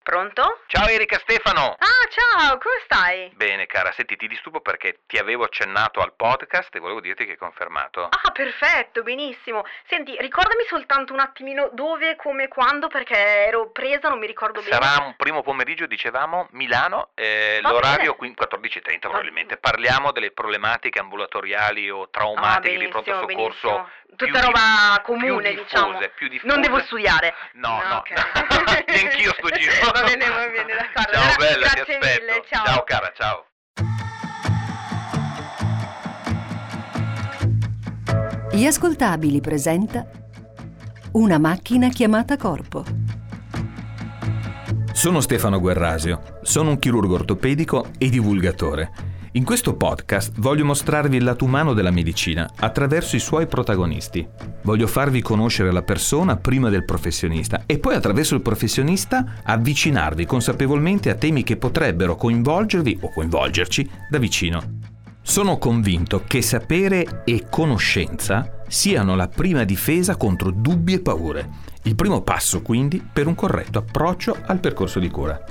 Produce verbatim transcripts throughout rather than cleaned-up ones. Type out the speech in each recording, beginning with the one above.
Pronto? Ciao Erika, Stefano! Ah, ciao, come stai? Bene cara, senti, ti disturbo perché ti avevo accennato al podcast e volevo dirti che è confermato. Ah, perfetto, benissimo. Senti, ricordami soltanto un attimino dove, come, quando, perché ero presa, non mi ricordo bene. Sarà un primo pomeriggio, dicevamo, Milano, eh, l'orario qui quattordici e trenta probabilmente. Parliamo delle problematiche ambulatoriali o traumatiche ah, di pronto soccorso. Benissimo. Tutta più roba di, comune, più diffuse, diciamo. Più diffuse. Non devo studiare. No, no, okay. Neanch'io sto giro. Va bene, va bene, d'accordo. Ciao allora, bella, grazie ti aspetto. mille, ciao. Ciao cara, ciao. Gli Ascoltabili presenta Una macchina chiamata corpo. Sono Stefano Guerrasio, sono un chirurgo ortopedico e divulgatore. In questo podcast voglio mostrarvi il lato umano della medicina attraverso i suoi protagonisti. Voglio farvi conoscere la persona prima del professionista e poi attraverso il professionista avvicinarvi consapevolmente a temi che potrebbero coinvolgervi o coinvolgerci da vicino. Sono convinto che sapere e conoscenza siano la prima difesa contro dubbi e paure. Il primo passo, quindi, per un corretto approccio al percorso di cura.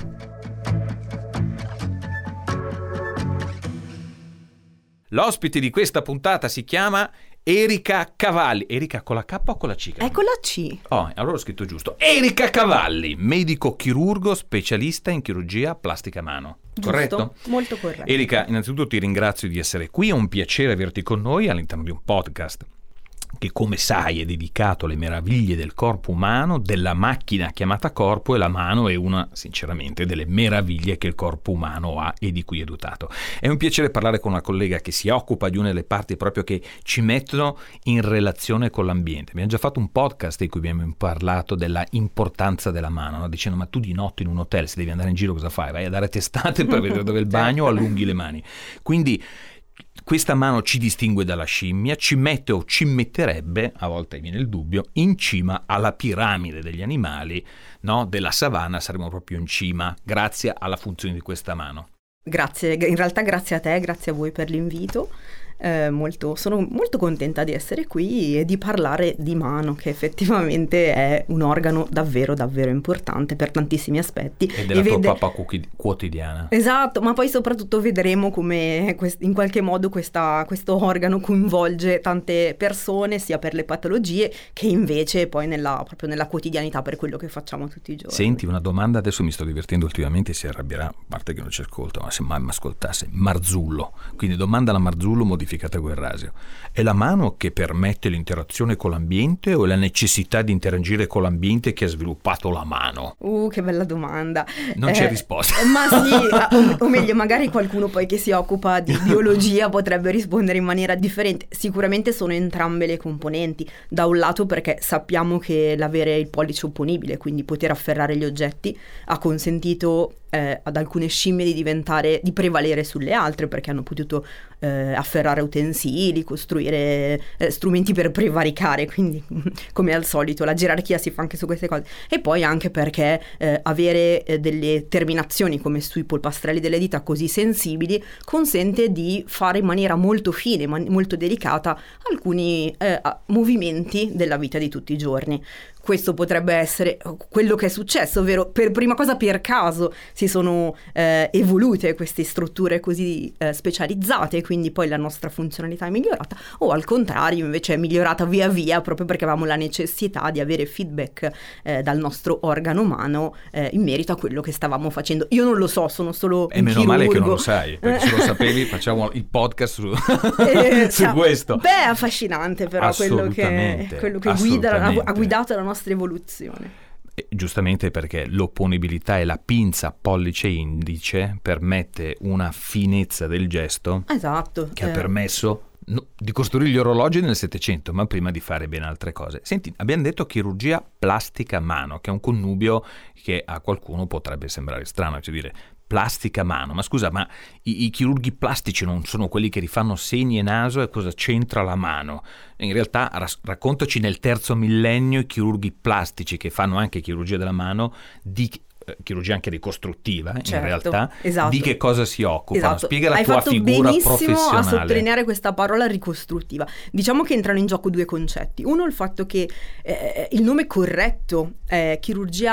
L'ospite di questa puntata si chiama Erika Cavalli. Erika con la K o con la C? È con la C. Oh, allora ho scritto giusto. Erika Cavalli, medico chirurgo specialista in chirurgia plastica mano. Giusto, corretto? Molto corretto. Erika, innanzitutto ti ringrazio di essere qui, è un piacere averti con noi all'interno di un podcast che, come sai, è dedicato alle meraviglie del corpo umano, della macchina chiamata corpo, e la mano è una, sinceramente, delle meraviglie che il corpo umano ha e di cui è dotato. È un piacere parlare con una collega che si occupa di una delle parti proprio che ci mettono in relazione con l'ambiente. Abbiamo già fatto un podcast in cui abbiamo parlato della importanza della mano, no? Dicendo: ma tu di notte in un hotel, se devi andare in giro, cosa fai? Vai a dare testate per vedere dove è il bagno o allunghi le mani? Quindi questa mano ci distingue dalla scimmia, ci mette o ci metterebbe, a volte viene il dubbio, in cima alla piramide degli animali, no? Della savana saremo proprio in cima, grazie alla funzione di questa mano. Grazie, in realtà grazie a te, grazie a voi per l'invito. Eh, molto, sono molto contenta di essere qui e di parlare di mano, che effettivamente è un organo davvero davvero importante per tantissimi aspetti. E della e tua vede... pappa quotidiana. Esatto, ma poi soprattutto vedremo come quest... in qualche modo questa, questo organo coinvolge tante persone, sia per le patologie che invece poi nella, proprio nella quotidianità, per quello che facciamo tutti i giorni. Senti, una domanda, adesso mi sto divertendo ultimamente, si arrabbierà, a parte che non ci ascolta, ma se mai mi ascoltasse, Marzullo. Quindi domanda alla Marzullo modificata a Guerrasio: è la mano che permette l'interazione con l'ambiente o è la necessità di interagire con l'ambiente che ha sviluppato la mano? Uh, che bella domanda. Non eh, c'è risposta. Ma sì, o, o meglio, magari qualcuno poi che si occupa di biologia potrebbe rispondere in maniera differente. Sicuramente sono entrambe le componenti. Da un lato perché sappiamo che l'avere il pollice opponibile, quindi poter afferrare gli oggetti, ha consentito eh, ad alcune scimmie di diventare, di prevalere sulle altre, perché hanno potuto eh, afferrare utensili, costruire eh, strumenti per prevaricare, quindi come al solito la gerarchia si fa anche su queste cose. E poi anche perché eh, avere eh, delle terminazioni come sui polpastrelli delle dita così sensibili consente di fare in maniera molto fine, man- molto delicata alcuni eh, movimenti della vita di tutti i giorni. Questo potrebbe essere quello che è successo, ovvero per prima cosa per caso si sono eh, evolute queste strutture così eh, specializzate, quindi poi la nostra funzionalità è migliorata, o al contrario invece è migliorata via via proprio perché avevamo la necessità di avere feedback eh, dal nostro organo umano eh, in merito a quello che stavamo facendo. Io non lo so, sono solo e un meno chirurgo. Male che non lo sai, perché se lo sapevi facciamo il podcast su, eh, su questo. Beh, è affascinante però quello che, quello che guida, ha guidato la nostra evoluzione. E giustamente perché l'opponibilità e la pinza pollice-indice permette una finezza del gesto, esatto, che eh. ha permesso no, di costruire gli orologi nel Settecento, ma prima di fare ben altre cose. Senti, abbiamo detto chirurgia plastica mano, che è un connubio che a qualcuno potrebbe sembrare strano, cioè dire plastica mano, ma scusa, ma i, i chirurghi plastici non sono quelli che rifanno seni e naso, e cosa c'entra la mano? In realtà ras- raccontaci nel terzo millennio i chirurghi plastici che fanno anche chirurgia della mano, di eh, chirurgia anche ricostruttiva, eh, certo, in realtà, esatto. di che cosa si occupano? Esatto. Spiega la Hai tua fatto figura benissimo professionale. a sottolineare questa parola ricostruttiva. Diciamo che entrano in gioco due concetti. Uno, il fatto che eh, il nome corretto è chirurgia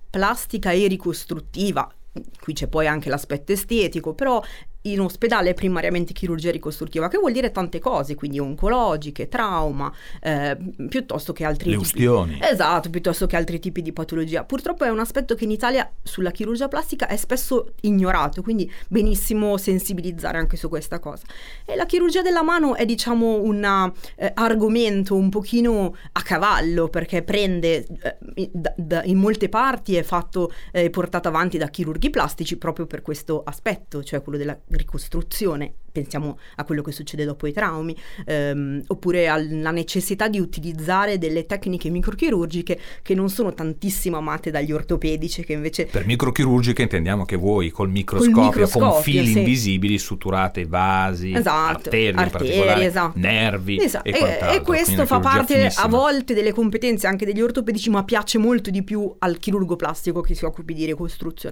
plastica e ricostruttiva. Qui c'è poi anche l'aspetto estetico, però in ospedale è primariamente chirurgia ricostruttiva, che vuol dire tante cose, quindi oncologiche, trauma, eh, piuttosto che altri le tipi. ustioni. Esatto, piuttosto che altri tipi di patologia. Purtroppo è un aspetto che in Italia sulla chirurgia plastica è spesso ignorato, quindi benissimo sensibilizzare anche su questa cosa. E la chirurgia della mano è, diciamo, un eh, argomento un pochino a cavallo, perché prende eh, da, da, in molte parti è fatto eh, portato avanti da chirurghi plastici proprio per questo aspetto, cioè quello della ricostruzione. Pensiamo a quello che succede dopo i traumi, ehm, oppure alla necessità di utilizzare delle tecniche microchirurgiche che non sono tantissimo amate dagli ortopedici, che invece... Per microchirurgiche intendiamo che voi col microscopio, col microscopio con fili sì. invisibili suturate vasi, esatto, arterie, in arterie, particolare, esatto. nervi esatto. e e, quant'altro. e questo fa parte finissima. a volte delle competenze anche degli ortopedici, ma piace molto di più al chirurgo plastico che si occupi di ricostruzione.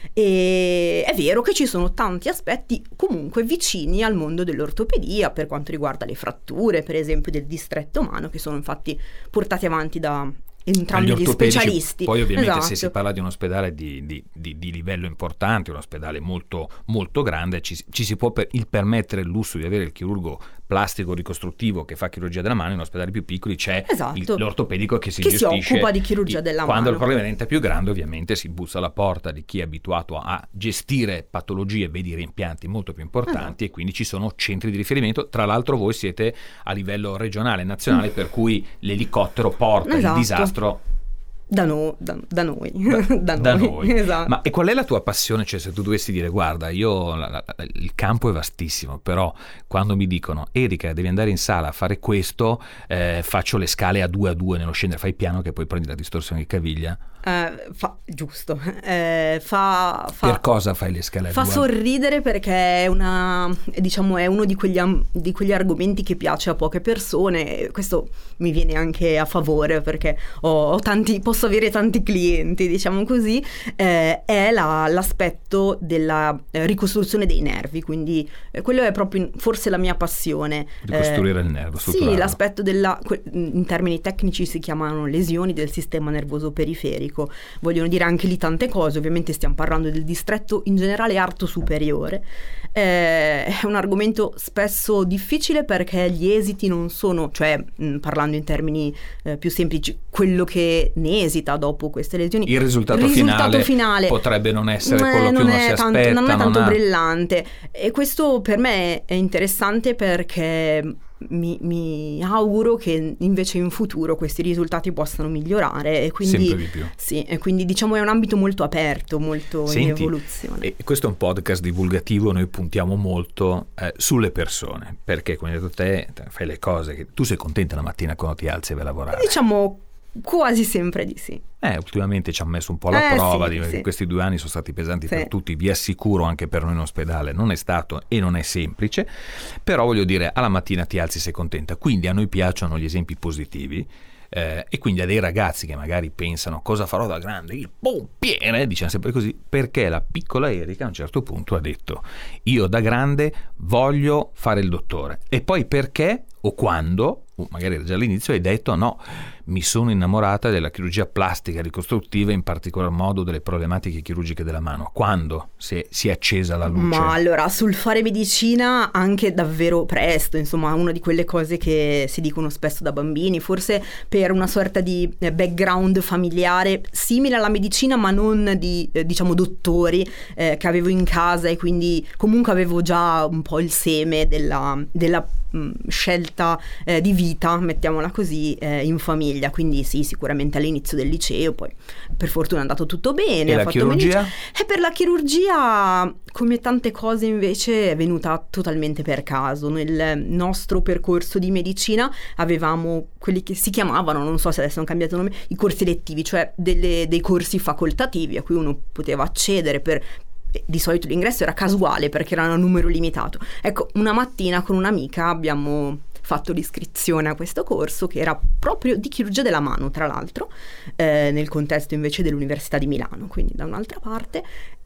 E è vero che ci sono tanti aspetti comunque vicini al mondo dell'ortopedia per quanto riguarda le fratture, per esempio del distretto umano, che sono infatti portati avanti da entrambi gli specialisti. Poi ovviamente esatto. se si parla di un ospedale di, di, di, di livello importante, un ospedale molto, molto grande, ci, ci si può per, il permettere il lusso di avere il chirurgo plastico ricostruttivo che fa chirurgia della mano. In ospedali più piccoli c'è esatto. il, l'ortopedico che si che gestisce, si occupa di chirurgia della quando mano. Quando il problema diventa più grande ovviamente si bussa alla porta di chi è abituato a gestire patologie, vedi rimpianti molto più importanti, esatto. e quindi ci sono centri di riferimento. Tra l'altro voi siete a livello regionale e nazionale, mm. per cui l'elicottero porta esatto. il disastro Da, no, da, da noi, da, da da noi. noi. Esatto. Ma e qual è la tua passione? Cioè, se tu dovessi dire, guarda, io la, la, il campo è vastissimo, però quando mi dicono Erika devi andare in sala a fare questo, eh, faccio le scale a due a due nello scendere, fai piano che poi prendi la distorsione di caviglia. Eh, fa, giusto eh, fa, fa per cosa fai le scale a fa due? Sorridere perché è una diciamo è uno di quegli, di quegli argomenti che piace a poche persone. Questo mi viene anche a favore perché ho, ho tanti posso avere tanti clienti, diciamo così. Eh, è la, l'aspetto della eh, ricostruzione dei nervi, quindi eh, quello è proprio forse la mia passione, ricostruire eh, il nervo, sì, l'aspetto della que, in termini tecnici si chiamano lesioni del sistema nervoso periferico. Vogliono dire anche lì tante cose, ovviamente stiamo parlando del distretto in generale arto superiore. Eh, è un argomento spesso difficile perché gli esiti non sono, cioè mh, parlando in termini eh, più semplici, quello che ne esita dopo queste lesioni. Il risultato, il risultato finale, finale potrebbe non essere eh, quello che uno si tanto, aspetta. Non è tanto non ha... brillante, e questo per me è interessante perché Mi, mi auguro che invece in futuro questi risultati possano migliorare e quindi, sempre di più. Sì, e quindi diciamo è un ambito molto aperto, molto Senti, in evoluzione. E questo è un podcast divulgativo, noi puntiamo molto eh, sulle persone, perché come hai detto te, fai le cose che tu sei contenta la mattina quando ti alzi e vai a lavorare. Diciamo quasi sempre di sì. Eh, ultimamente ci ha messo un po' la eh, prova, sì, di, sì. questi due anni sono stati pesanti sì. per tutti, vi assicuro anche per noi in ospedale non è stato e non è semplice, però voglio dire, alla mattina ti alzi e sei contenta, quindi a noi piacciono gli esempi positivi. Eh, e quindi a dei ragazzi che magari pensano cosa farò da grande, il pompiere, diciamo sempre così, perché la piccola Erika a un certo punto ha detto io da grande voglio fare il dottore, e poi perché o quando, o magari già all'inizio hai detto no, mi sono innamorata della chirurgia plastica ricostruttiva, in particolar modo delle problematiche chirurgiche della mano. Quando si è, si è accesa la luce? Ma allora, sul fare medicina anche davvero presto, insomma, una di quelle cose che si dicono spesso da bambini, forse per una sorta di background familiare simile alla medicina ma non di, eh, diciamo, dottori eh, che avevo in casa, e quindi comunque avevo già un po' il seme della, della mh, scelta eh, di vita, mettiamola così, eh, in famiglia. Quindi sì, sicuramente all'inizio del liceo, poi per fortuna è andato tutto bene. E la chirurgia? E per la chirurgia, come tante cose invece, è venuta totalmente per caso. Nel nostro percorso di medicina avevamo quelli che si chiamavano, non so se adesso hanno cambiato nome, i corsi elettivi, cioè delle, dei corsi facoltativi a cui uno poteva accedere per... Di solito l'ingresso era casuale perché era un numero limitato. Ecco, una mattina con un'amica abbiamo fatto l'iscrizione a questo corso, che era proprio di chirurgia della mano, tra l'altro, eh, nel contesto invece dell'Università di Milano, quindi da un'altra parte,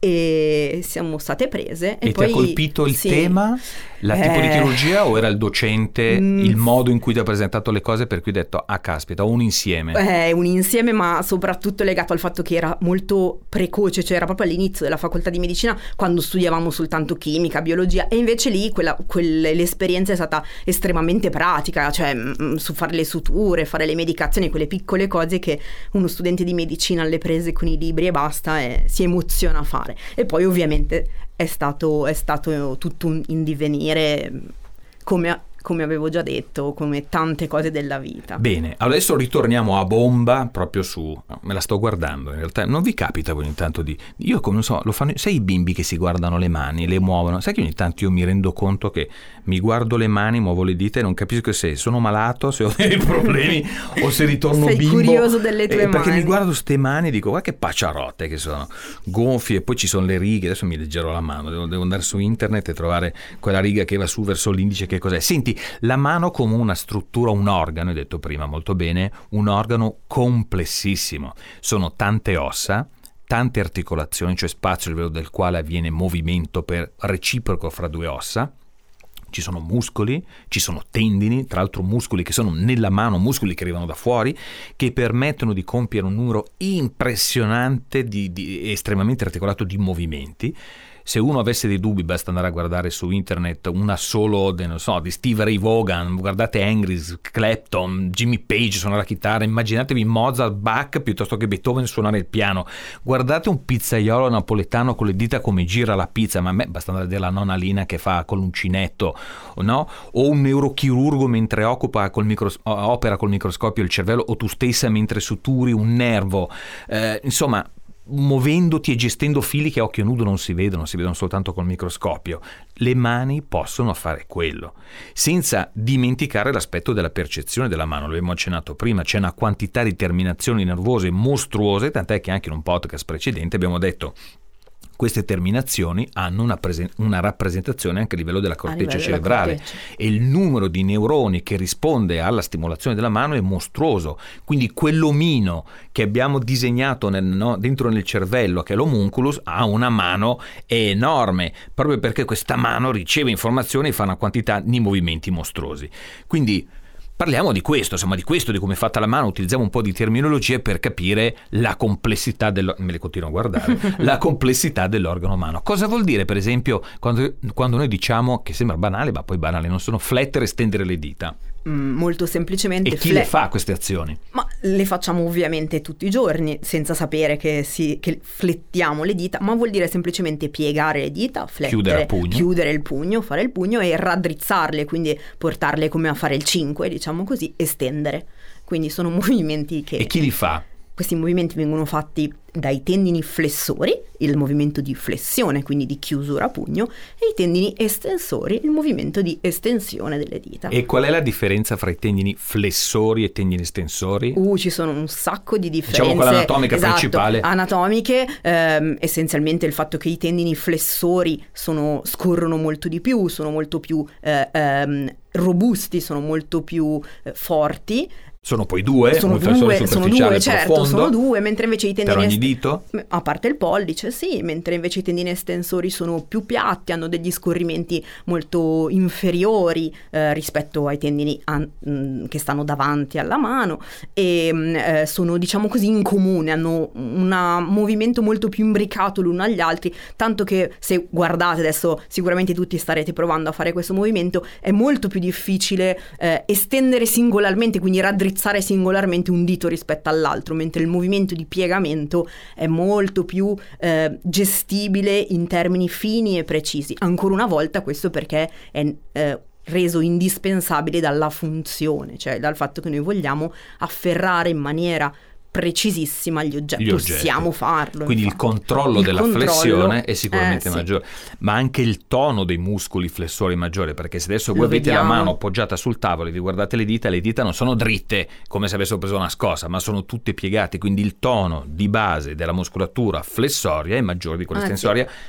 e siamo state prese. E, e poi ti ha colpito il sì. tema, la tipo Eh, di chirurgia, o era il docente, mm, il modo in cui ti ha presentato le cose per cui hai detto ah caspita, un insieme? È un insieme, ma soprattutto legato al fatto che era molto precoce, cioè era proprio all'inizio della facoltà di medicina, quando studiavamo soltanto chimica, biologia, e invece lì quella, quelle, l'esperienza è stata estremamente pratica, cioè mh, su fare le suture, fare le medicazioni, quelle piccole cose che uno studente di medicina alle prese con i libri e basta e si emoziona a fare. E poi ovviamente è stato, è stato tutto un in divenire, come, come avevo già detto, come tante cose della vita. Bene, adesso ritorniamo a bomba proprio su, me la sto guardando in realtà, non vi capita ogni tanto di, io come non so, lo fanno, sai i bimbi che si guardano le mani, le muovono, sai che ogni tanto io mi rendo conto che mi guardo le mani, muovo le dita e non capisco se sono malato, se ho dei problemi o se ritorno Sei bimbo. curioso delle tue eh, perché mani. mi guardo ste mani e dico guarda che pacciarotte che sono, gonfie, e poi ci sono le righe, adesso mi leggerò la mano, devo, devo andare su internet e trovare quella riga che va su verso l'indice, che cos'è. Senti, la mano come una struttura, un organo, hai detto prima molto bene, un organo complessissimo, sono tante ossa, tante articolazioni, cioè spazio a livello del quale avviene movimento per reciproco fra due ossa. Ci sono muscoli, ci sono tendini, tra l'altro muscoli che sono nella mano, muscoli che arrivano da fuori, che permettono di compiere un numero impressionante, di, di, estremamente articolato di movimenti. Se uno avesse dei dubbi basta andare a guardare su internet una solo, non so, di Steve Ray Vaughan, guardate Angry, Clapton, Jimmy Page suonare la chitarra, immaginatevi Mozart, Bach piuttosto che Beethoven suonare il piano, guardate un pizzaiolo napoletano con le dita come gira la pizza, ma a me basta andare a vedere la nonna Lina che fa con l'uncinetto, no? O un neurochirurgo mentre occupa col micros- opera col microscopio il cervello, o tu stessa mentre suturi un nervo, eh, insomma muovendoti e gestendo fili che a occhio nudo non si vedono, si vedono soltanto col microscopio. Le mani possono fare quello, senza dimenticare l'aspetto della percezione della mano. Lo abbiamo accennato prima, c'è una quantità di terminazioni nervose mostruose, tant'è che anche in un podcast precedente abbiamo detto queste terminazioni hanno una, presen- una rappresentazione anche a livello della corteccia cerebrale, e il numero di neuroni che risponde alla stimolazione della mano è mostruoso. Quindi quell'omino che abbiamo disegnato nel, no, dentro nel cervello, che è l'homunculus, ha una mano enorme, proprio perché questa mano riceve informazioni e fa una quantità di movimenti mostruosi. Quindi parliamo di questo, insomma, di questo, di come è fatta la mano. Utilizziamo un po' di terminologie per capire la complessità del, me le continuo a guardare, la complessità dell'organo umano. Cosa vuol dire, per esempio, quando, quando noi diciamo, che sembra banale, ma poi banale non sono, flettere e stendere le dita? Mm, molto semplicemente. E chi fle- le fa queste azioni? Ma le facciamo ovviamente tutti i giorni, senza sapere che, si, che flettiamo le dita, ma vuol dire semplicemente piegare le dita, flettere, chiudere a pugno. chiudere il pugno, fare il pugno e raddrizzarle, quindi portarle come a fare il cinque, diciamo così, e stendere. Quindi sono movimenti che... E chi li fa? Questi movimenti vengono fatti dai tendini flessori, il movimento di flessione, quindi di chiusura a pugno, e i tendini estensori, il movimento di estensione delle dita. E qual è la differenza fra i tendini flessori e tendini estensori? Uh, ci sono un sacco di differenze. Diciamo quella anatomica esatto, principale. Anatomiche, ehm, essenzialmente il fatto che i tendini flessori sono, scorrono molto di più, sono molto più eh, ehm, robusti, sono molto più eh, forti. Sono poi due, sono un flessore due, sono superficiale due, e certo, profondo. sono due, mentre invece i tendini per ogni est- dito? a parte il pollice, sì, mentre invece i tendini estensori sono più piatti, hanno degli scorrimenti molto inferiori eh, rispetto ai tendini an- mh, che stanno davanti alla mano, e mh, eh, sono, diciamo così, in comune, hanno un movimento molto più imbricato l'uno agli altri, tanto che se guardate adesso sicuramente tutti starete provando a fare questo movimento, è molto più difficile eh, estendere singolarmente, quindi raddrizzare singolarmente un dito rispetto all'altro, mentre il movimento di piegamento è molto più eh, gestibile in termini fini e precisi. Ancora una volta questo perché è eh, reso indispensabile dalla funzione, cioè dal fatto che noi vogliamo afferrare in maniera precisissima gli oggetti, gli oggetti. Possiamo farlo. Quindi infatti. il controllo il della controllo, flessione è sicuramente eh, sì. maggiore, ma anche il tono dei muscoli flessori è maggiore, perché se adesso voi Lo avete vediamo. la mano appoggiata sul tavolo e vi guardate le dita, le dita non sono dritte come se avessero preso una scossa, ma sono tutte piegate, quindi il tono di base della muscolatura flessoria è maggiore di quella Ah, estensoria. sì.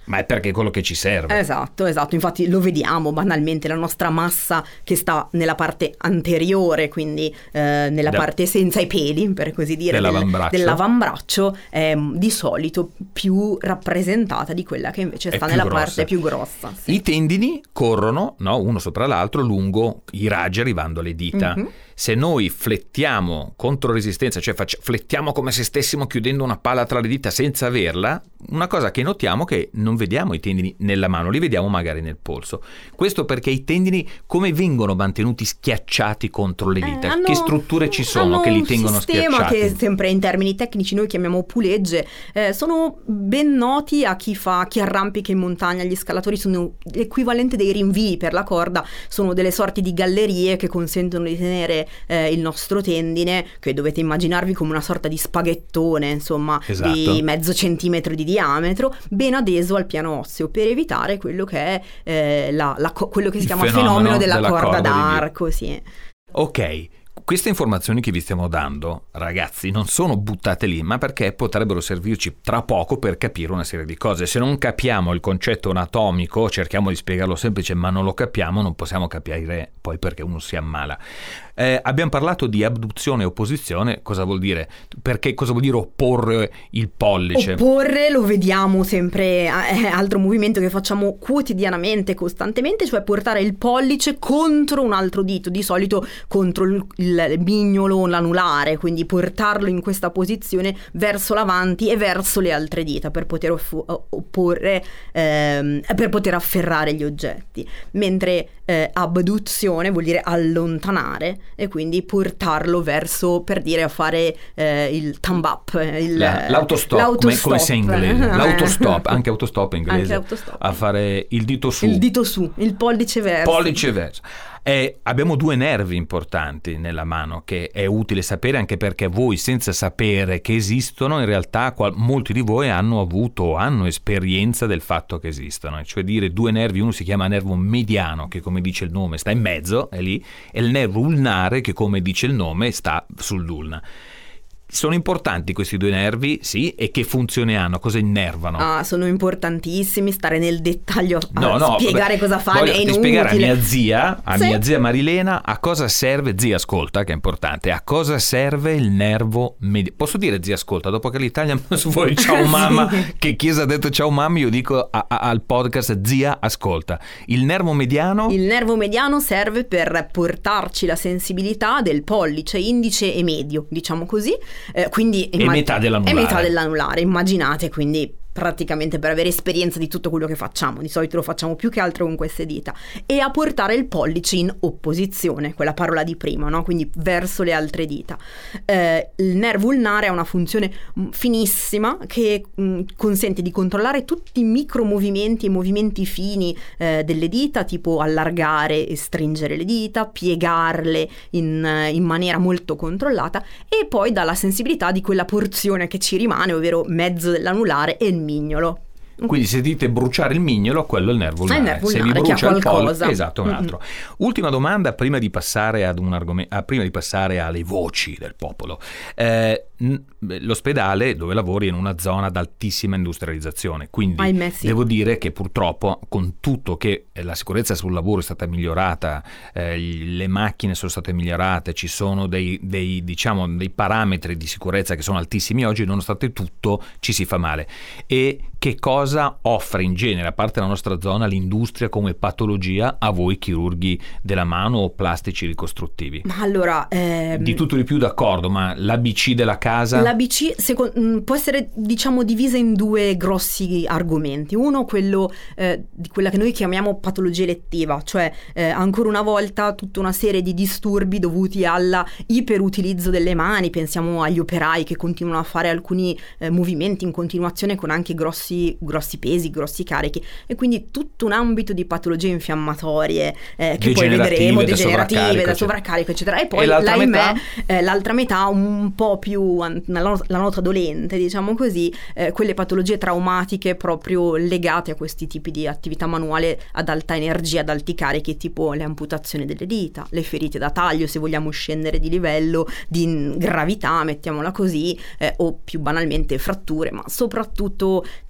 Ma è perché è quello che ci serve. Esatto, esatto, infatti lo vediamo banalmente, la nostra massa che sta nella parte anteriore, quindi eh, nella Da- parte senza i peli, per così dire, del- Dell'avambraccio. dell'avambraccio, è mm, di solito più rappresentata di quella che invece È sta più nella grossa. parte più grossa. Sì. I tendini corrono, no, uno sopra l'altro lungo i raggi arrivando alle dita. Mhm. Se noi flettiamo contro resistenza, cioè faccia- flettiamo come se stessimo chiudendo una palla tra le dita senza averla, una cosa che notiamo è che non vediamo i tendini nella mano, li vediamo magari nel polso. Questo perché i tendini come vengono mantenuti schiacciati contro le dita? Eh, hanno- che strutture ci sono hanno che li tengono un sistema schiacciati? che sempre in termini tecnici noi chiamiamo pulegge, eh, sono ben noti a chi fa, chi arrampica in montagna. Gli scalatori sono l'equivalente dei rinvii per la corda, sono delle sorti di gallerie che consentono di tenere eh, il nostro tendine, che dovete immaginarvi come una sorta di spaghettone, insomma, Esatto. di mezzo centimetro di diametro, ben adeso al piano osseo, per evitare quello che è eh, la- la co- quello che si Il chiama il fenomeno fenomeno della, della corda, corda di Dio. d'arco, sì. Ok, queste informazioni che vi stiamo dando, ragazzi, non sono buttate lì, ma perché potrebbero servirci tra poco per capire una serie di cose. Se non capiamo il concetto anatomico, cerchiamo di spiegarlo semplice, ma non lo capiamo, non possiamo capire poi perché uno si ammala. Eh, abbiamo parlato di abduzione e opposizione. Cosa vuol dire? Perché cosa vuol dire opporre il pollice? Opporre lo vediamo sempre, è altro movimento che facciamo quotidianamente, costantemente, cioè portare il pollice contro un altro dito, di solito contro il, il mignolo, l'anulare, quindi portarlo in questa posizione verso l'avanti e verso le altre dita per poter off- opporre, ehm, per poter afferrare gli oggetti. Mentre eh, abduzione vuol dire allontanare e quindi portarlo verso, per dire, a fare eh, il thumb up, il, La- l'autostop, come, come sia in inglese, l'autostop, anche autostop in inglese, Anche autostop. a fare il dito su, Il dito su, il pollice verso. pollice verso. E abbiamo due nervi importanti nella mano che è utile sapere, anche perché voi, senza sapere che esistono, in realtà qual- molti di voi hanno avuto o hanno esperienza del fatto che esistono, cioè dire due nervi. Uno si chiama nervo mediano, che come dice il nome sta in mezzo, è lì, e il nervo ulnare, che come dice il nome sta sull'ulna. Sono importanti questi due nervi, sì, e che funzione hanno? Cosa innervano? Ah, sono importantissimi, stare nel dettaglio a No, no, spiegare vabbè, cosa fanno voglio è di inutile. spiegare a mia zia, a Sì. mia zia Marilena, a cosa serve, zia ascolta, che è importante, a cosa serve il nervo mediano. Posso dire zia ascolta, dopo che l'Italia ha messo fuori ciao mamma, che Chiesa ha detto ciao mamma, io dico a- a- al podcast zia ascolta. Il nervo mediano? Il nervo mediano serve per portarci la sensibilità del pollice, indice e medio, diciamo così. Eh, quindi E metà dell'anulare. E metà dell'anulare, immaginate, quindi praticamente per avere esperienza di tutto quello che facciamo. Di solito lo facciamo più che altro con queste dita. E a portare il pollice in opposizione, quella parola di prima, no? Quindi verso le altre dita. Eh, il nervo ulnare ha una funzione mh, finissima che mh, consente di controllare tutti i micromovimenti e movimenti fini eh, delle dita, tipo allargare e stringere le dita, piegarle in, eh, in maniera molto controllata, e poi dà la sensibilità di quella porzione che ci rimane, ovvero mezzo dell'anulare e il mignolo. Quindi se dite bruciare il mignolo, quello è il nervo Ah, il ulnare. nervo Se vi ulnare, che ha brucia il pollice, qualcosa. esatto, un altro. Ultima domanda prima di passare ad un argomento, ah, prima di passare alle voci del popolo. Eh, n- l'ospedale dove lavori è in una zona ad altissima industrializzazione, quindi Ahimè, sì. devo dire che purtroppo, con tutto che la sicurezza sul lavoro è stata migliorata, eh, le macchine sono state migliorate, ci sono dei, dei, diciamo, dei parametri di sicurezza che sono altissimi oggi, nonostante tutto ci si fa male. E che cosa offre in genere, a parte la nostra zona, l'industria come patologia a voi chirurghi della mano o plastici ricostruttivi? Ma allora, ehm, Di tutto di più, d'accordo, ma l'A B C della casa? l'A B C seco- mh, può essere, diciamo, divisa in due grossi argomenti. Uno, quello eh, di quella che noi chiamiamo patologia elettiva, cioè eh, ancora una volta tutta una serie di disturbi dovuti alla iperutilizzo delle mani. Pensiamo agli operai che continuano a fare alcuni eh, movimenti in continuazione con anche grossi, grossi pesi, grossi carichi, e quindi tutto un ambito di patologie infiammatorie eh, che poi Degenerative, vedremo, da degenerative, sovraccarico, da eccetera. sovraccarico, eccetera. E poi E l'altra l'ahimè, metà? eh, l'altra metà un po' più an- la, not- la nota dolente, diciamo così, eh, quelle patologie traumatiche proprio legate a questi tipi di attività manuale ad alta energia, ad alti carichi, tipo le amputazioni delle dita, le ferite da taglio, se vogliamo scendere di livello di gravità, mettiamola così, eh, o più banalmente fratture, ma soprattutto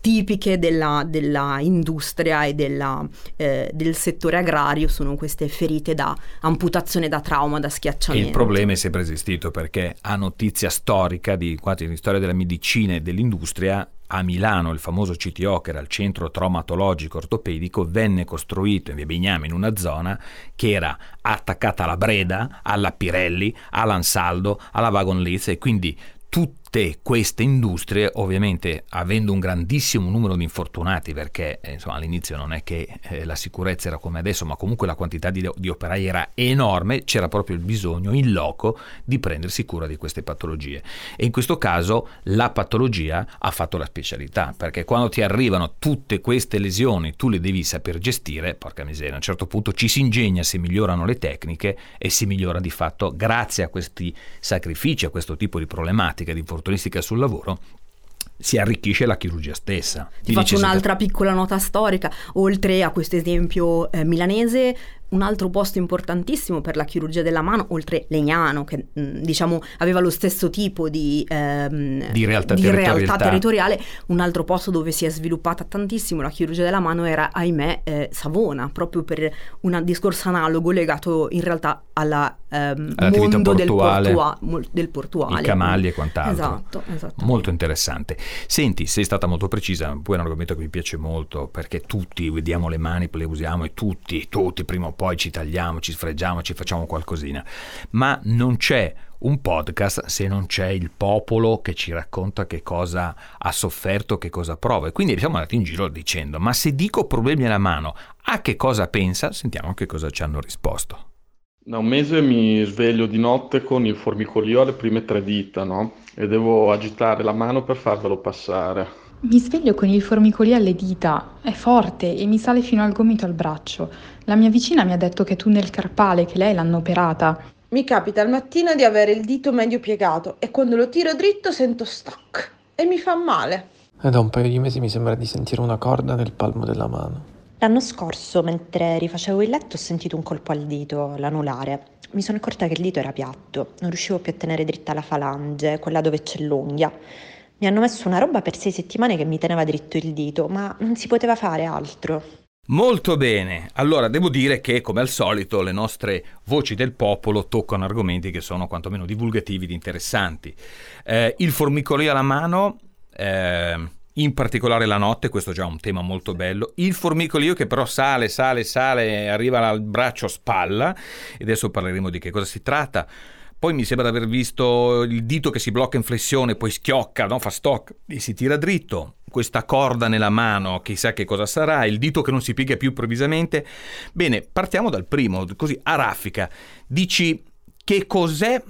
tipiche della, della industria e della, eh, del settore agrario sono queste ferite da amputazione, da trauma, da schiacciamento. E il problema è sempre esistito, perché a notizia storica di quasi di storia della medicina e dell'industria, a Milano il famoso C T O, che era il centro traumatologico ortopedico, venne costruito in via Bignami, in una zona che era attaccata alla Breda, alla Pirelli, all'Ansaldo, alla Wagon Leeds, e quindi tutte queste industrie, ovviamente avendo un grandissimo numero di infortunati, perché eh, insomma all'inizio non è che eh, la sicurezza era come adesso, ma comunque la quantità di, di operai era enorme, c'era proprio il bisogno in loco di prendersi cura di queste patologie, e in questo caso la patologia ha fatto la specialità, perché quando ti arrivano tutte queste lesioni tu le devi saper gestire. Porca miseria, a un certo punto ci si ingegna, si migliorano le tecniche e si migliora di fatto, grazie a questi sacrifici, a questo tipo di problematica di infortunistica sul lavoro, si arricchisce la chirurgia stessa. Ti faccio un'altra piccola nota storica. Oltre a questo esempio eh, milanese, un altro posto importantissimo per la chirurgia della mano, oltre Legnano, che mh, diciamo aveva lo stesso tipo di, ehm, di, realtà, di realtà territoriale, un altro posto dove si è sviluppata tantissimo la chirurgia della mano era, ahimè, eh, Savona, proprio per un discorso analogo legato in realtà alla ehm, mondo del, portua- del portuale. I canali e quant'altro. Esatto, esatto. Molto interessante. Senti, sei stata molto precisa, poi è un argomento che mi piace molto, perché tutti vediamo le mani, le usiamo, e tutti, tutti prima o poi ci tagliamo, ci sfregiamo, ci facciamo qualcosina, ma non c'è un podcast se non c'è il popolo che ci racconta che cosa ha sofferto, che cosa prova. E quindi siamo andati in giro dicendo: ma se dico problemi alla mano, a che cosa pensa? Sentiamo che cosa ci hanno risposto. Da un mese mi sveglio di notte con il formicolio alle prime tre dita, no? E devo agitare la mano per farvelo passare. Mi sveglio con il formicolio alle dita, è forte e mi sale fino al gomito al braccio. La mia vicina mi ha detto che è tunnel carpale, che lei l'hanno operata. Mi capita al mattino di avere il dito medio piegato e quando lo tiro dritto sento stacco e mi fa male. E da un paio di mesi mi sembra di sentire una corda nel palmo della mano. L'anno scorso, mentre rifacevo il letto, ho sentito un colpo al dito, l'anulare. Mi sono accorta che il dito era piatto, non riuscivo più a tenere dritta la falange, quella dove c'è l'unghia. Mi hanno messo una roba per sei settimane che mi teneva dritto il dito, ma non si poteva fare altro. Molto bene, allora devo dire che come al solito le nostre voci del popolo toccano argomenti che sono quantomeno divulgativi ed interessanti. Eh, il formicolio alla mano, eh, in particolare la notte, questo è già un tema molto bello. Il formicolio che però sale, sale, sale, arriva al braccio a spalla, e adesso parleremo di che cosa si tratta. Poi mi sembra di aver visto il dito che si blocca in flessione, poi schiocca, no? Fa stop e si tira dritto. Questa corda nella mano, chissà che cosa sarà, il dito che non si piega più improvvisamente. Bene, partiamo dal primo, così a raffica. Dici, che cos'è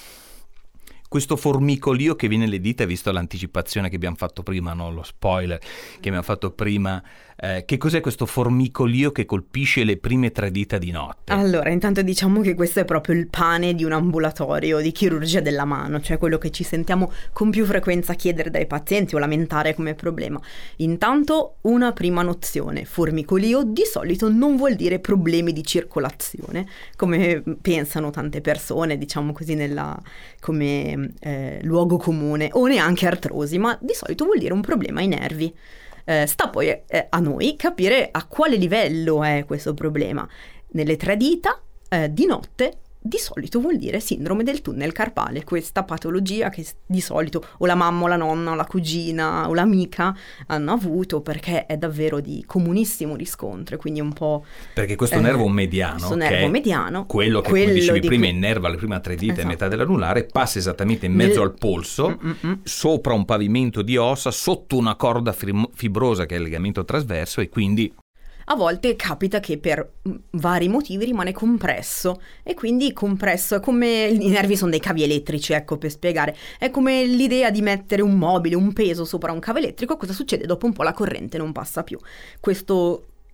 questo formicolio che viene alle dita, visto l'anticipazione che abbiamo fatto prima, no? Lo spoiler che abbiamo fatto prima. Eh, che cos'è questo formicolio che colpisce le prime tre dita di notte? Allora, intanto diciamo che questo è proprio il pane di un ambulatorio di chirurgia della mano, cioè quello che ci sentiamo con più frequenza chiedere dai pazienti o lamentare come problema. Intanto, una prima nozione: formicolio di solito non vuol dire problemi di circolazione, come pensano tante persone, diciamo così, nella, come eh, luogo comune, o neanche artrosi, ma di solito vuol dire un problema ai nervi. Eh, sta poi eh, a noi capire a quale livello è questo problema. Nelle tre dita, eh, di notte, di solito vuol dire sindrome del tunnel carpale, questa patologia che di solito o la mamma o la nonna o la cugina o l'amica hanno avuto, perché è davvero di comunissimo riscontro, quindi un po'... Perché questo eh, nervo mediano, questo nervo mediano, quello che, quello come dicevi di prima, cui... innerva le prime tre dita, esatto, e metà dell'anulare, passa esattamente in mezzo Nel... al polso, Mm-mm. sopra un pavimento di ossa, sotto una corda fibrosa che è il legamento trasverso, e quindi... A volte capita che per vari motivi rimane compresso, e quindi compresso è come i nervi sono dei cavi elettrici, ecco, per spiegare, è come l'idea di mettere un mobile, un peso sopra un cavo elettrico. Cosa succede? Dopo un po' la corrente non passa più. Questo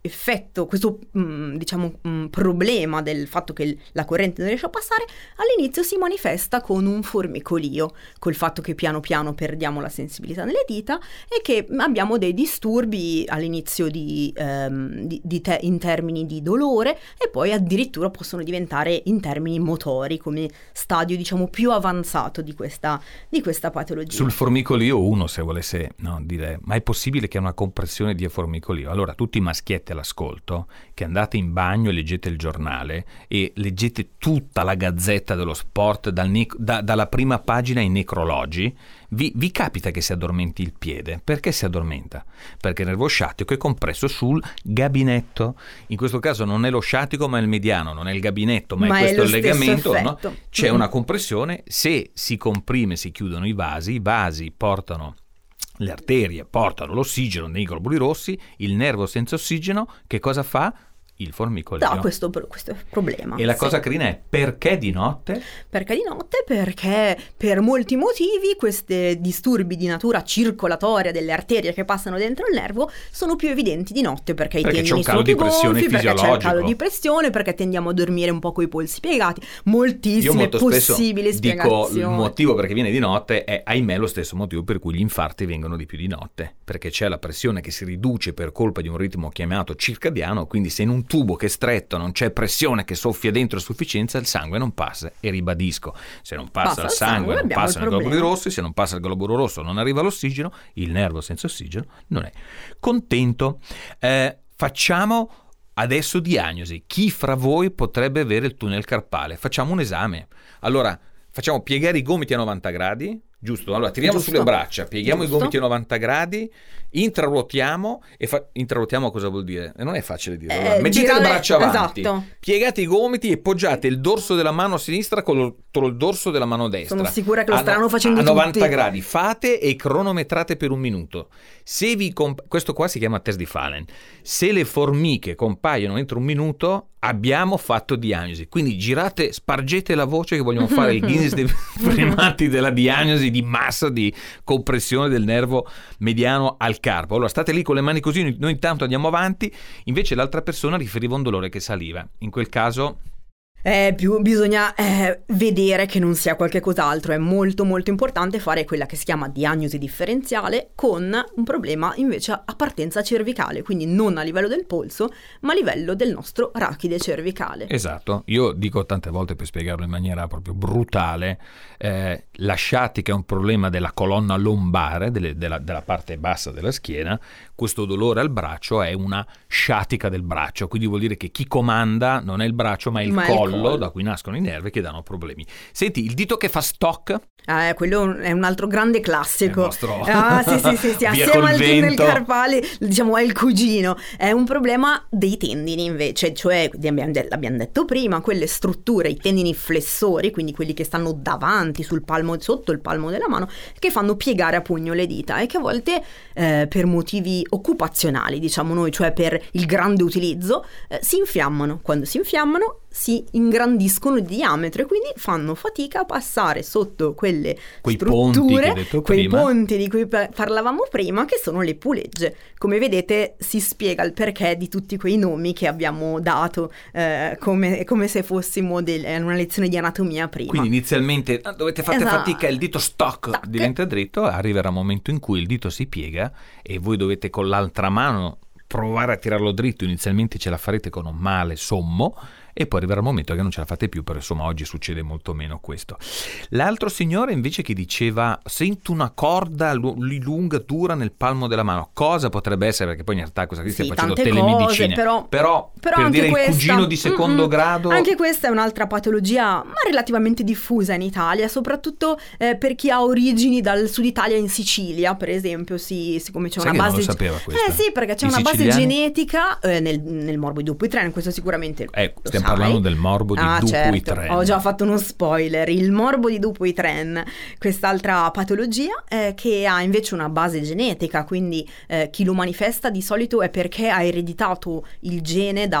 effetto, questo mh, diciamo mh, problema del fatto che la corrente non riesce a passare, all'inizio si manifesta con un formicolio, col fatto che piano piano perdiamo la sensibilità nelle dita e che abbiamo dei disturbi all'inizio di, ehm, di, di te, in termini di dolore, e poi addirittura possono diventare in termini motori, come stadio diciamo più avanzato di questa, di questa patologia. Sul formicolio uno, se volesse no, dire, ma è possibile che una compressione dia formicolio? Allora tutti i maschietti all'ascolto, che andate in bagno e leggete il giornale e leggete tutta la gazzetta dello sport dal ne- da, dalla prima pagina ai necrologi, vi, vi capita che si addormenti il piede. Perché si addormenta? Perché il nervo sciatico è compresso sul gabinetto. In questo caso non è lo sciatico ma è il mediano, non è il gabinetto ma, ma è questo è il legamento, no? C'è mm. una compressione, se si comprime si chiudono i vasi, i vasi portano le arterie, portano l'ossigeno nei globuli rossi, il nervo senza ossigeno che cosa fa? Il formicolio. Da questo, questo problema. E la sì. cosa carina è perché di notte? Perché di notte? Perché per molti motivi questi disturbi di natura circolatoria delle arterie che passano dentro il nervo sono più evidenti di notte, perché, perché i tendini sono più gonfi, perché c'è il calo di pressione, perché tendiamo a dormire un po' coi polsi piegati, moltissime possibili spiegazioni. Dico il motivo perché viene di notte è ahimè lo stesso motivo per cui gli infarti vengono di più di notte, perché c'è la pressione che si riduce per colpa di un ritmo chiamato circadiano, quindi se in un tubo che è stretto non c'è pressione che soffia dentro a sufficienza, il sangue non passa, e ribadisco, se non passa, passa il sangue, sangue non passa i globuli rossi, se non passa il globulo rosso non arriva l'ossigeno, il nervo senza ossigeno non è contento. Eh, facciamo adesso diagnosi. Chi fra voi potrebbe avere il tunnel carpale? Facciamo un esame. Allora, facciamo piegare i gomiti a novanta gradi, giusto? Allora, tiriamo giusto. sulle braccia, pieghiamo giusto. i gomiti a novanta gradi, intraruotiamo e fa... intraruotiamo cosa vuol dire? Non è facile dire. Allora, eh, mettete girare... le braccia avanti, esatto. piegate i gomiti e poggiate il dorso della mano sinistra contro il dorso della mano destra. Sono sicura che lo staranno a, facendo a novanta tutti. gradi. Fate e cronometrate per un minuto. Se vi comp... questo qua si chiama test di Fallen. Se le formiche compaiono entro un minuto, abbiamo fatto diagnosi. Quindi girate, spargete la voce che vogliamo fare il Guinness dei primati della diagnosi di massa di compressione del nervo mediano al carpo. Allora state lì con le mani così, noi intanto andiamo avanti. Invece l'altra persona riferiva un dolore che saliva. In quel caso Eh, più bisogna eh, vedere che non sia qualche cos'altro. È molto molto importante fare quella che si chiama diagnosi differenziale con un problema invece a partenza cervicale, quindi non a livello del polso ma a livello del nostro rachide cervicale. Esatto, io dico tante volte per spiegarlo in maniera proprio brutale, eh, la sciatica è un problema della colonna lombare, delle, della, della parte bassa della schiena. Questo dolore al braccio è una sciatica del braccio, quindi vuol dire che chi comanda non è il braccio ma è il ma collo, il collo da cui nascono i nervi che danno problemi. Senti, il dito che fa stock? Eh, quello è un altro grande classico. È nostro... Ah, sì, sì, sì, sì. assieme al tunnel carpale, diciamo, è il cugino. È un problema dei tendini invece, cioè l'abbiamo detto prima, quelle strutture, i tendini flessori, quindi quelli che stanno davanti sul palmo, sotto il palmo della mano, che fanno piegare a pugno le dita e che a volte eh, per motivi occupazionali, diciamo noi, cioè per il grande utilizzo, eh, si infiammano. Quando si infiammano si ingrandiscono di diametro e quindi fanno fatica a passare sotto quelle quei strutture, ponti che hai detto quei prima. ponti di cui parlavamo prima, che sono le pulegge. Come vedete si spiega il perché di tutti quei nomi che abbiamo dato, eh, come, come se fossimo del, una lezione di anatomia prima. Quindi inizialmente ah, dovete fare esatto. fatica, il dito stock Tac. diventa dritto, arriverà un momento in cui il dito si piega e voi dovete con l'altra mano provare a tirarlo dritto. Inizialmente ce la farete con un male sommo e poi arriverà il momento che non ce la fate più, però insomma oggi succede molto meno questo. L'altro signore invece che diceva sento una corda lì lunga dura nel palmo della mano, cosa potrebbe essere? Perché poi in realtà cosa qui sì, stiamo facendo cose, telemedicina, però, però, però per anche dire questa, il cugino di secondo mm-mm, grado, anche questa è un'altra patologia ma relativamente diffusa in Italia, soprattutto eh, per chi ha origini dal sud Italia, in Sicilia per esempio. Sì, siccome c'è sai una che base non lo sapeva questa? eh sì, perché c'è I una siciliani? base genetica eh, nel, nel morbo di Dupuytren, questo sicuramente eh, lo stiamo sai. parlando del morbo di ah, Dupuytren. Certo. Ho già fatto uno spoiler, il morbo di Dupuytren, quest'altra patologia eh, che ha invece una base genetica, quindi eh, chi lo manifesta di solito è perché ha ereditato il gene da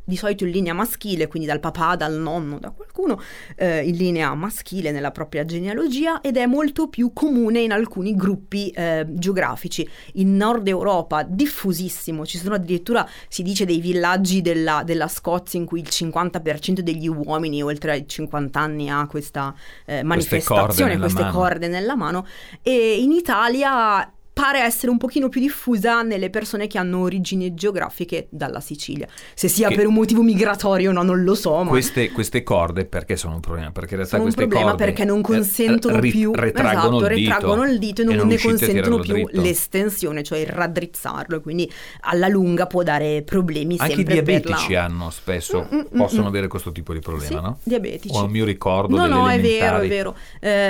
di solito in linea maschile, quindi dal papà, dal nonno, da qualcuno eh, in linea maschile nella propria genealogia, ed è molto più comune in alcuni gruppi eh, geografici. In Nord Europa diffusissimo, ci sono addirittura, si dice, dei villaggi della, della Scozia in cui il cinquanta per cento degli uomini oltre ai cinquanta anni ha questa eh, manifestazione, queste corde, corde nella mano, e in Italia pare essere un pochino più diffusa nelle persone che hanno origini geografiche dalla Sicilia. Se sia che per un motivo migratorio o no, non lo so. Ma queste, queste corde perché sono un problema? Perché in realtà sono un queste problema corde perché non consentono ri- più retraggono, esatto, il dito, retraggono il dito e non, e non ne riuscite a consentono tirarlo più dritto. l'estensione, cioè il raddrizzarlo, quindi alla lunga può dare problemi. Anche sempre i diabetici per la... hanno spesso Mm, mm, possono mm, avere questo tipo di problema, sì, no? Diabetici. O a mio ricordo No, delle no, è vero, elementari. è vero.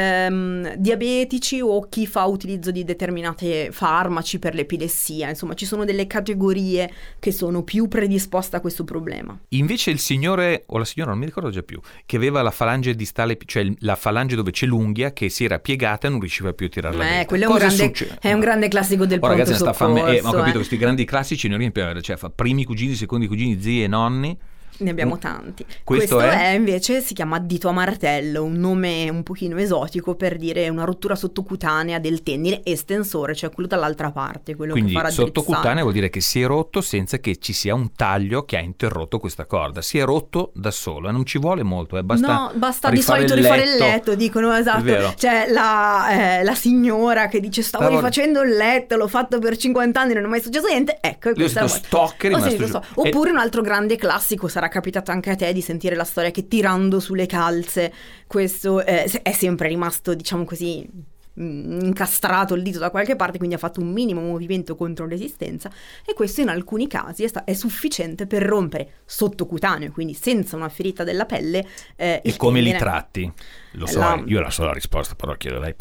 Ehm, diabetici o chi fa utilizzo di determinate farmaci per l'epilessia, insomma, ci sono delle categorie che sono più predisposte a questo problema. Invece il signore o la signora, non mi ricordo già più, che aveva la falange distale, cioè la falange dove c'è l'unghia, che si era piegata e non riusciva più a tirarla Eh, dritta. quello è un, Cosa grande, succede? è un grande classico del Oh, pronto ragazzi, sta soccorso. fame, eh, ho capito, eh. questi grandi classici non riempiono, cioè fa primi cugini, secondi cugini, zii e nonni. Ne abbiamo Mm. tanti. Questo, Questo è? è invece, si chiama dito a martello, un nome un pochino esotico per dire una rottura sottocutanea del tendine estensore, cioè quello dall'altra parte, quello Quindi che fa raddrizzare. sottocutaneo vuol dire che si è rotto senza che ci sia un taglio che ha interrotto questa corda. Si è rotto da solo e non ci vuole molto, eh. basta No, basta di rifare solito il rifare il letto. letto, dicono, È esatto. vero. C'è la, eh, la signora che dice stavo Stavo- rifacendo il letto, l'ho fatto per cinquanta anni, non è mai successo niente. Ecco, e Io questa è la sento volta. stock, è Ho rimasto sentito giù. sto- Oppure un altro grande classico, sarà capitato anche a te di sentire la storia che tirando sulle calze questo eh, è sempre rimasto, diciamo così, mh, incastrato il dito da qualche parte, quindi ha fatto un minimo movimento contro resistenza, e questo in alcuni casi è, sta- è sufficiente per rompere sottocutaneo, quindi senza una ferita della pelle. eh, E il come li tendine. tratti? Lo so, La- io la so la risposta, però chiedo lei.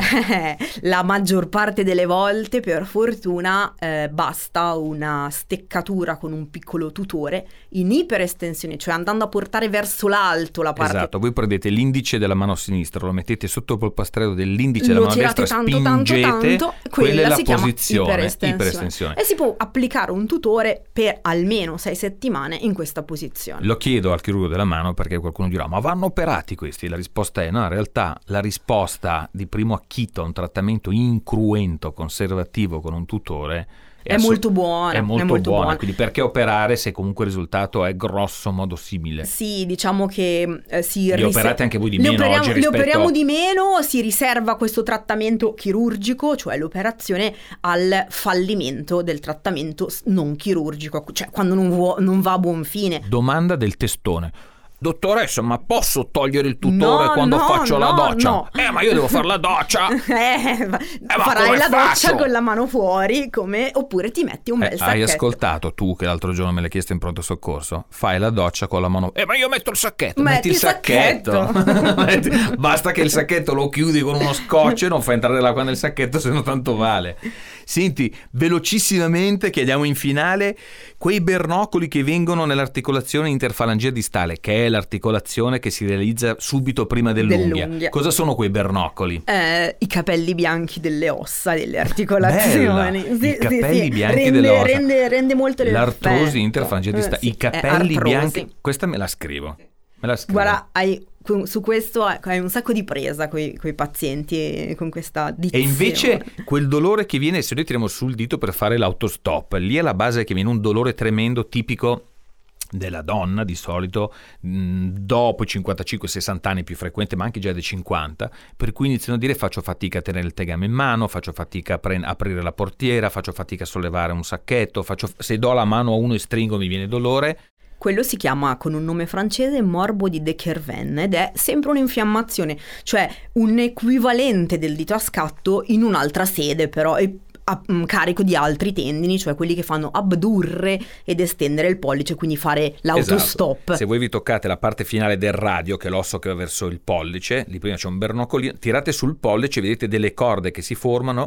La maggior parte delle volte, per fortuna, eh, basta una steccatura con un piccolo tutore in iperestensione, cioè andando a portare verso l'alto la parte. Esatto, voi prendete l'indice della mano sinistra, lo mettete sotto il polpastrello dell'indice della Lo mano tirate destra, tanto tanto spingete, tanto, quella quella è la si chiama posizione, iperestensione. iperestensione. E si può applicare un tutore per almeno sei settimane in questa posizione. Lo chiedo al chirurgo della mano perché qualcuno dirà ma vanno operati questi? La risposta è no, in realtà la risposta di primo acchito a un trattamento incruento conservativo con un tutore È assu- molto buona, è molto, è molto buona, buona. quindi perché operare se comunque il risultato è grosso modo simile? Sì, diciamo che eh, si Li rise- operate anche voi di li meno operiamo, oggi li rispetto- operiamo di meno, si riserva questo trattamento chirurgico, cioè l'operazione, al fallimento del trattamento s- non chirurgico, cioè quando non, vuo- non va a buon fine. Domanda del testone. Dottoressa, ma posso togliere il tutore No, quando no, faccio la no, doccia? no. Eh, ma io devo fare la doccia! Eh, ma farai come la doccia faccio? con la mano fuori, come, oppure ti metti un Eh, bel hai sacchetto. ascoltato tu che l'altro giorno me l'hai chiesto in pronto soccorso? Fai la doccia con la mano. Eh, ma io metto il sacchetto. Metti Metti il il sacchetto. Metti- Basta che il sacchetto lo chiudi con uno scotch e non fai entrare l'acqua nel sacchetto, se no tanto vale. Senti, velocissimamente chiediamo in finale quei bernoccoli che vengono nell'articolazione interfalangia distale, che è l'articolazione che si realizza subito prima dell'unghia. Dell'unghia. Cosa sono quei bernoccoli? Eh, i capelli bianchi delle ossa, delle articolazioni. Bella, Sì, i sì, capelli sì. bianchi rende, delle ossa. Rende, rende molto l'effetto. L'artrosi interfalangia distale. Eh, sì, I capelli è artrosi. bianchi. Questa me la scrivo. Me la scrivo. Guarda, hai, su questo hai un sacco di presa con i pazienti con questa E dizione. invece quel dolore che viene se noi tiriamo sul dito per fare l'autostop, lì è la base che viene un dolore tremendo tipico della donna di solito mh, dopo i cinquantacinque sessanta anni, più frequente, ma anche già dai cinquanta, per cui iniziano a dire faccio fatica a tenere il tegame in mano, faccio fatica a pre- aprire la portiera, faccio fatica a sollevare un sacchetto, faccio, se do la mano a uno e stringo mi viene dolore. Quello si chiama con un nome francese morbo di de Kerven ed è sempre un'infiammazione, cioè un equivalente del dito a scatto in un'altra sede però, e a mm, carico di altri tendini, cioè quelli che fanno abdurre ed estendere il pollice, quindi fare l'autostop. Esatto. Se voi vi toccate la parte finale del radio, che è l'osso che va verso il pollice, lì prima c'è un bernoccolino, tirate sul pollice, vedete delle corde che si formano.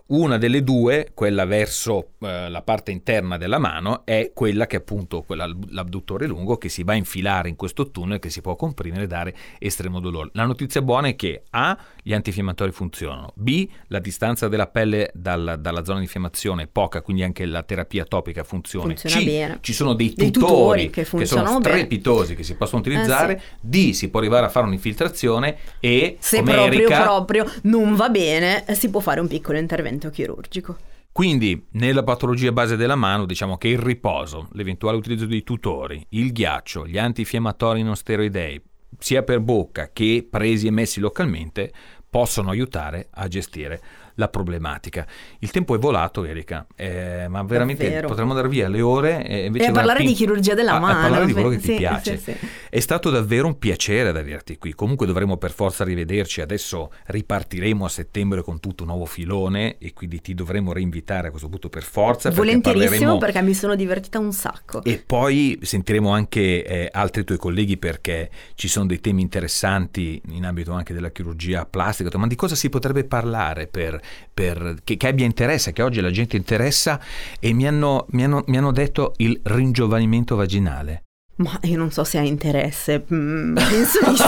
Una delle due, quella verso eh, la parte interna della mano, è quella che appunto, quella, l'abduttore lungo, che si va a infilare in questo tunnel, che si può comprimere e dare estremo dolore. La notizia buona è che A, gli antinfiammatori funzionano, B, la distanza della pelle dal, dalla zona di infiammazione è poca, quindi anche la terapia topica funziona. Funziona C, bene. ci sono dei Dei tutori, tutori che che, funzionano sono bene. strepitosi, che si possono utilizzare. Eh, sì. D, si può arrivare a fare un'infiltrazione, e se come proprio Erika, proprio non va bene, si può fare un piccolo intervento chirurgico. Quindi nella patologia base della mano diciamo che il riposo, l'eventuale utilizzo dei tutori, il ghiaccio, gli antinfiammatori non steroidei, sia per bocca che presi e messi localmente, possono aiutare a gestire la problematica. Il tempo è volato, Erika, eh, ma veramente Davvero. potremmo andare via le ore e invece E a parlare di chirurgia della a, mano. a parlare di quello che sì, ti piace. sì, sì. È stato davvero un piacere ad averti qui. Comunque dovremo per forza rivederci. Adesso ripartiremo a settembre con tutto un nuovo filone e quindi ti dovremo reinvitare a questo punto per forza. perché Volentierissimo, parleremo... perché mi sono divertita un sacco. E poi sentiremo anche eh, altri tuoi colleghi, perché ci sono dei temi interessanti in ambito anche della chirurgia plastica. Ma di cosa si potrebbe parlare per, per che, che abbia interesse, che oggi la gente interessa? E mi hanno, mi hanno, mi hanno detto il ringiovanimento vaginale. Ma io non so se ha interesse, mm, penso di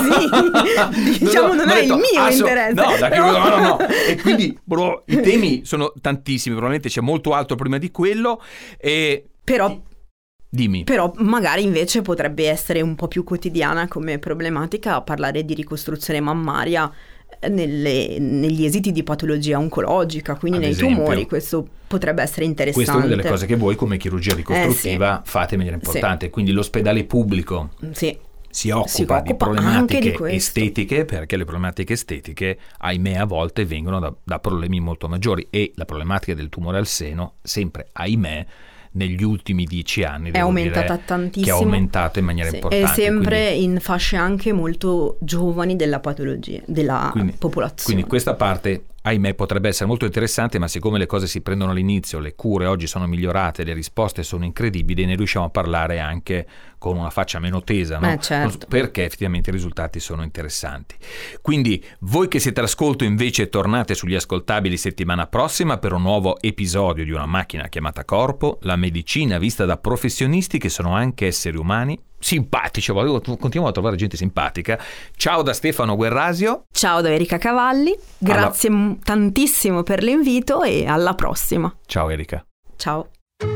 sì. Diciamo, no, no, non è detto, il mio ah, so, interesse. No, da però... no, no, no. E quindi bro, i temi sono tantissimi, probabilmente c'è molto altro prima di quello. E Però... Dimmi. Però magari invece potrebbe essere un po' più quotidiana come problematica parlare di ricostruzione mammaria nelle, negli esiti di patologia oncologica, quindi Ad nei esempio. tumori. Questo potrebbe essere interessante. Questa è una delle cose che voi come chirurgia ricostruttiva Eh, sì. fate in maniera importante. Sì. Quindi l'ospedale pubblico Sì. si occupa, Si occupa di anche problematiche di questo. estetiche, perché le problematiche estetiche, ahimè, a volte vengono da, da problemi molto maggiori, e la problematica del tumore al seno, sempre ahimè, negli ultimi dieci anni È devo aumentata dire, tantissimo. che è aumentato in maniera Sì. importante. E sempre quindi, in fasce anche molto giovani della patologia, della quindi, popolazione. quindi questa parte, ahimè, potrebbe essere molto interessante, ma siccome le cose si prendono all'inizio, le cure oggi sono migliorate, le risposte sono incredibili, ne riusciamo a parlare anche con una faccia meno tesa, no? Eh, certo. Perché effettivamente i risultati sono interessanti. Quindi voi che siete all'ascolto invece tornate sugli ascoltabili settimana prossima per un nuovo episodio di Una macchina chiamata corpo, la medicina vista da professionisti che sono anche esseri umani simpatici. Continuiamo a trovare gente simpatica. Ciao da Stefano Guerrasio. Ciao da Erika Cavalli, grazie alla... tantissimo per l'invito e alla prossima. Ciao Erika. Ciao.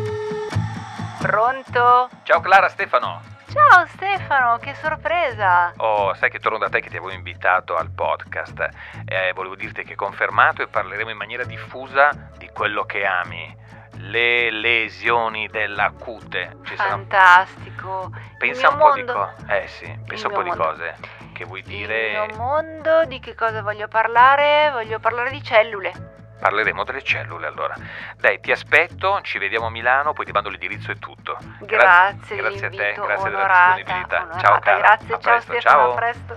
Pronto? Ciao Clara, Stefano. Ciao Stefano, che sorpresa! Oh, sai che torno da te che ti avevo invitato al podcast. Eh, volevo dirti che è confermato e parleremo in maniera diffusa di quello che ami. Le lesioni della cute. Ci Fantastico. Sarà... Pensa Il un mio po' mondo. di cose. Eh sì, pensa un po' di mondo. cose. Che vuoi dire? Il mio mondo, di che cosa voglio parlare? Voglio parlare di cellule. Parleremo delle cellule allora. Dai, ti aspetto, ci vediamo a Milano, poi ti mando l'indirizzo e tutto. Grazie, Gra- grazie a te, dell'invito, grazie onorata, della disponibilità. onorata. Ciao cara. Grazie, a ciao presto, Stefano, ciao. a presto.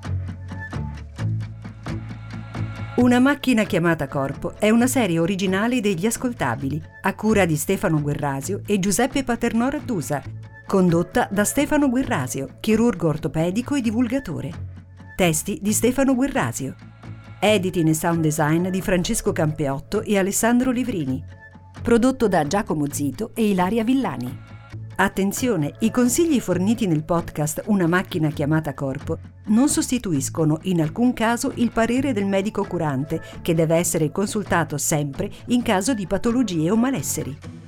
Una macchina chiamata corpo è una serie originale degli Ascoltabili, a cura di Stefano Guerrasio e Giuseppe Paternò Raddusa, condotta da Stefano Guerrasio, chirurgo ortopedico e divulgatore. Testi di Stefano Guerrasio. Editing e sound design di Francesco Campeotto e Alessandro Livrini. Prodotto da Giacomo Zito e Ilaria Villani. Attenzione, i consigli forniti nel podcast Una macchina chiamata corpo non sostituiscono in alcun caso il parere del medico curante, che deve essere consultato sempre in caso di patologie o malesseri.